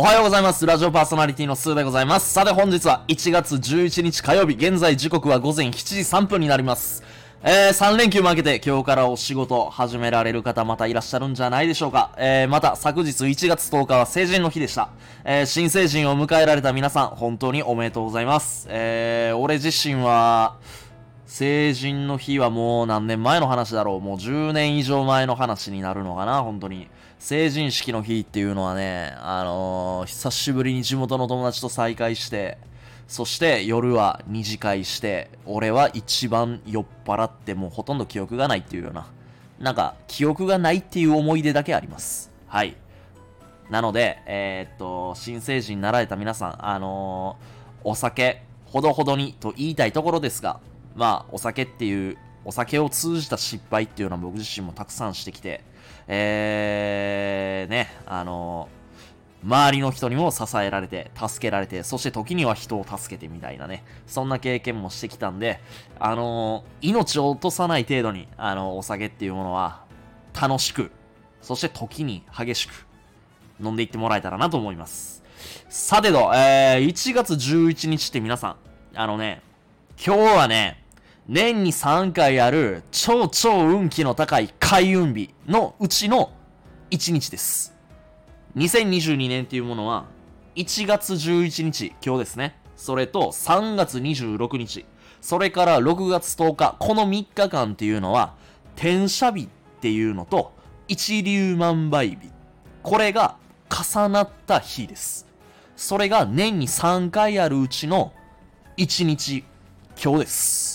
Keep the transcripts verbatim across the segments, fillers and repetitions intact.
おはようございます。ラジオパーソナリティのスーでございます。さて本日はいちがつじゅういちにち火曜日、現在時刻は午前しちじさんぷんになります。えー、さんれんきゅうも明けて今日からお仕事始められる方またいらっしゃるんじゃないでしょうか。えー、また昨日いちがつとおかは成人の日でした。えー、新成人を迎えられた皆さん、本当におめでとうございます。えー、俺自身は、成人の日はもう何年前の話だろう。もうじゅうねん以上前の話になるのかな、本当に。成人式の日っていうのはね、あのー、久しぶりに地元の友達と再会して、そして夜は二次会して、俺は一番酔っ払ってもうほとんど記憶がないっていうような、なんか記憶がないっていう思い出だけあります。はい。なので、えー、っと、新成人になられた皆さん、あのー、お酒、ほどほどにと言いたいところですが、まあ、お酒っていう、お酒を通じた失敗っていうのは僕自身もたくさんしてきて、えー、ね、あのー、周りの人にも支えられて、助けられて、そして時には人を助けてみたいなね、そんな経験もしてきたんで、あのー、命を落とさない程度に、あのー、お酒っていうものは、楽しく、そして時に激しく、飲んでいってもらえたらなと思います。さてと、えー、いちがつじゅういちにちって皆さん、あのね、今日はね、年にさんかいある超超運気の高い開運日のうちのいちにちです。にせんにじゅうにねんっていうものは、いちがつじゅういちにち、今日ですね。それとさんがつにじゅうろくにち、それからろくがつとおか、このみっかかんっていうのは、転写日っていうのと、一粒万倍日。これが重なった日です。それが年にさんかいあるうちのいちにち、今日です。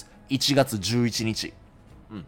いちがつじゅういちにち。うん。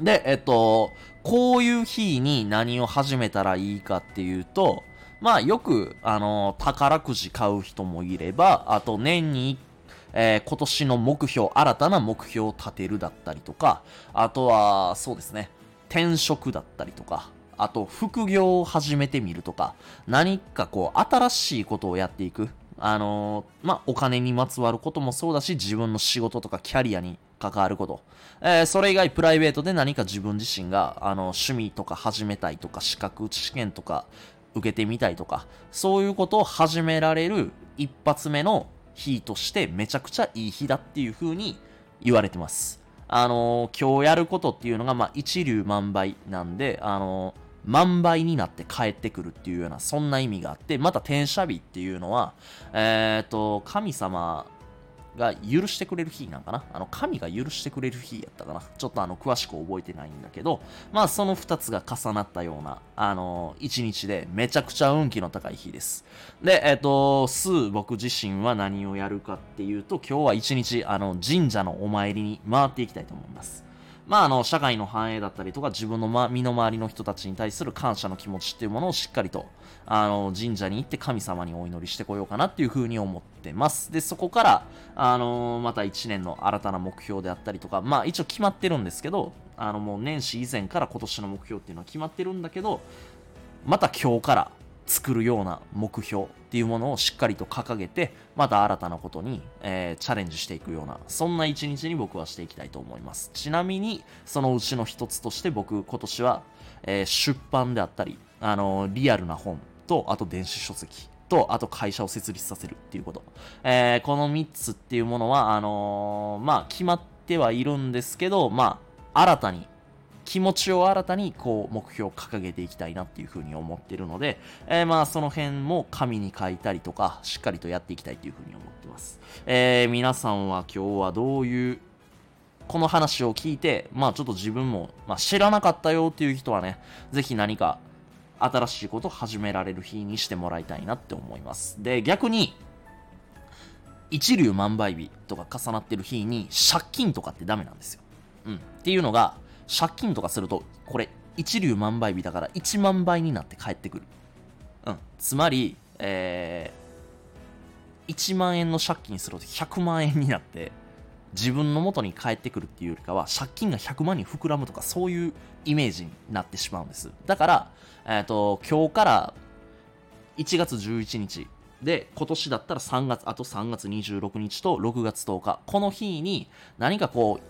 で、えっと、こういう日に何を始めたらいいかっていうと、まあよく、あの、宝くじ買う人もいれば、あと年に、えー、今年の目標、新たな目標を立てるだったりとか、あとは、そうですね、転職だったりとか、あと副業を始めてみるとか、何かこう、新しいことをやっていく。あのー、まあ、お金にまつわることもそうだし、自分の仕事とかキャリアに関わること。えー、それ以外プライベートで何か自分自身が、あの、趣味とか始めたいとか、資格試験とか受けてみたいとか、そういうことを始められる一発目の日としてめちゃくちゃいい日だっていう風に言われてます。あのー、今日やることっていうのが、まあ、一粒万倍なんで、あのー、万倍になって帰ってくるっていうような、そんな意味があって、また転写日っていうのは、えっと、神様が許してくれる日なんかな、あの、神が許してくれる日やったかな、ちょっとあの、詳しく覚えてないんだけど、まあ、その二つが重なったような、あの、一日で、めちゃくちゃ運気の高い日です。で、えっと、スー、僕自身は何をやるかっていうと、今日は一日、あの、神社のお参りに回っていきたいと思います。まあ、あの、社会の繁栄だったりとか、自分の、ま、身の回りの人たちに対する感謝の気持ちっていうものをしっかりと、あの、神社に行って神様にお祈りしてこようかなっていうふうに思ってます。で、そこから、あの、またいちねんの新たな目標であったりとか、まあ、一応決まってるんですけど、あの、もう年始以前から今年の目標っていうのは決まってるんだけど、また今日から作るような目標っていうものをしっかりと掲げて、また新たなことに、えー、チャレンジしていくような、そんな一日に僕はしていきたいと思います。ちなみに、そのうちの一つとして僕、今年は、えー、出版であったり、あのー、リアルな本と、あと電子書籍と、あと会社を設立させるっていうこと。えー、このみっつっていうものは、あのー、まあ、決まってはいるんですけど、まあ、新たに、気持ちを新たにこう目標を掲げていきたいなっていうふうに思ってるので、えー、まあその辺も紙に書いたりとかしっかりとやっていきたいというふうに思ってます。えー、皆さんは今日はどういうこの話を聞いて、まあちょっと自分も、まあ、知らなかったよっていう人はね、ぜひ何か新しいことを始められる日にしてもらいたいなって思います。で、逆に一粒万倍日とか重なってる日に借金とかってダメなんですよ。うん。っていうのが、借金とかすると、これ、一粒万倍日だからいちまんばいになって帰ってくる。うん。つまり、えー、いちまんえんの借金するとひゃくまんえんになって、自分の元に帰ってくるっていうよりかは、借金がひゃくまんに膨らむとか、そういうイメージになってしまうんです。だから、えっと、今日からいちがつじゅういちにち、で、今年だったらさんがつ、あとさんがつにじゅうろくにちとろくがつとおか、この日に何かこう、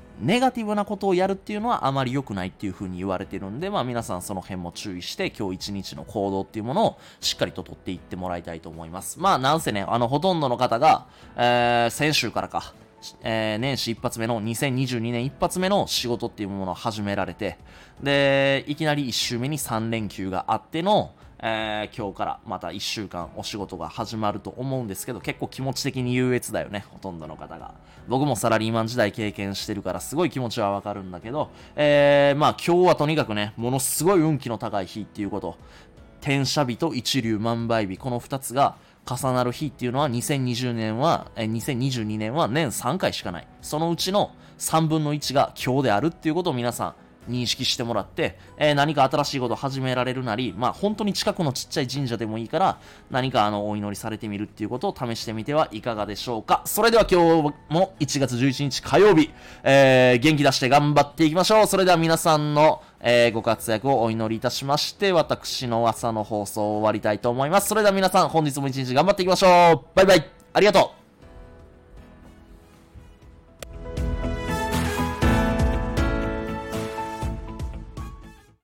ネガティブなことをやるっていうのはあまり良くないっていう風に言われてるんで、まあ皆さんその辺も注意して、今日一日の行動っていうものをしっかりと取っていってもらいたいと思います。まあなんせね、あのほとんどの方が、えー、先週からか、えー、年始一発目のにせんにじゅうにねん一発目の仕事っていうものを始められて、で、いきなりいち週目にさん連休があっての、えー、今日からまたいっしゅうかんお仕事が始まると思うんですけど、結構気持ち的に優越だよね、ほとんどの方が。僕もサラリーマン時代経験してるからすごい気持ちはわかるんだけど、えー、まあ今日はとにかくね、ものすごい運気の高い日っていうこと、転写日と一粒万倍日、このふたつが重なる日っていうのはにせんにじゅうねんは、えにせんにじゅうにねんは年さんかいしかない。そのうちのさんぶんのいちが今日であるっていうことを皆さん認識してもらって、えー、何か新しいことを始められるなり、まあ本当に近くのちっちゃい神社でもいいから、何かあのお祈りされてみるっていうことを試してみてはいかがでしょうか。それでは今日もいちがつじゅういちにち火曜日、えー、元気出して頑張っていきましょう。それでは皆さんの、えー、ご活躍をお祈りいたしまして、私の朝の放送を終わりたいと思います。それでは皆さん本日も一日頑張っていきましょう。バイバイ。ありがとう。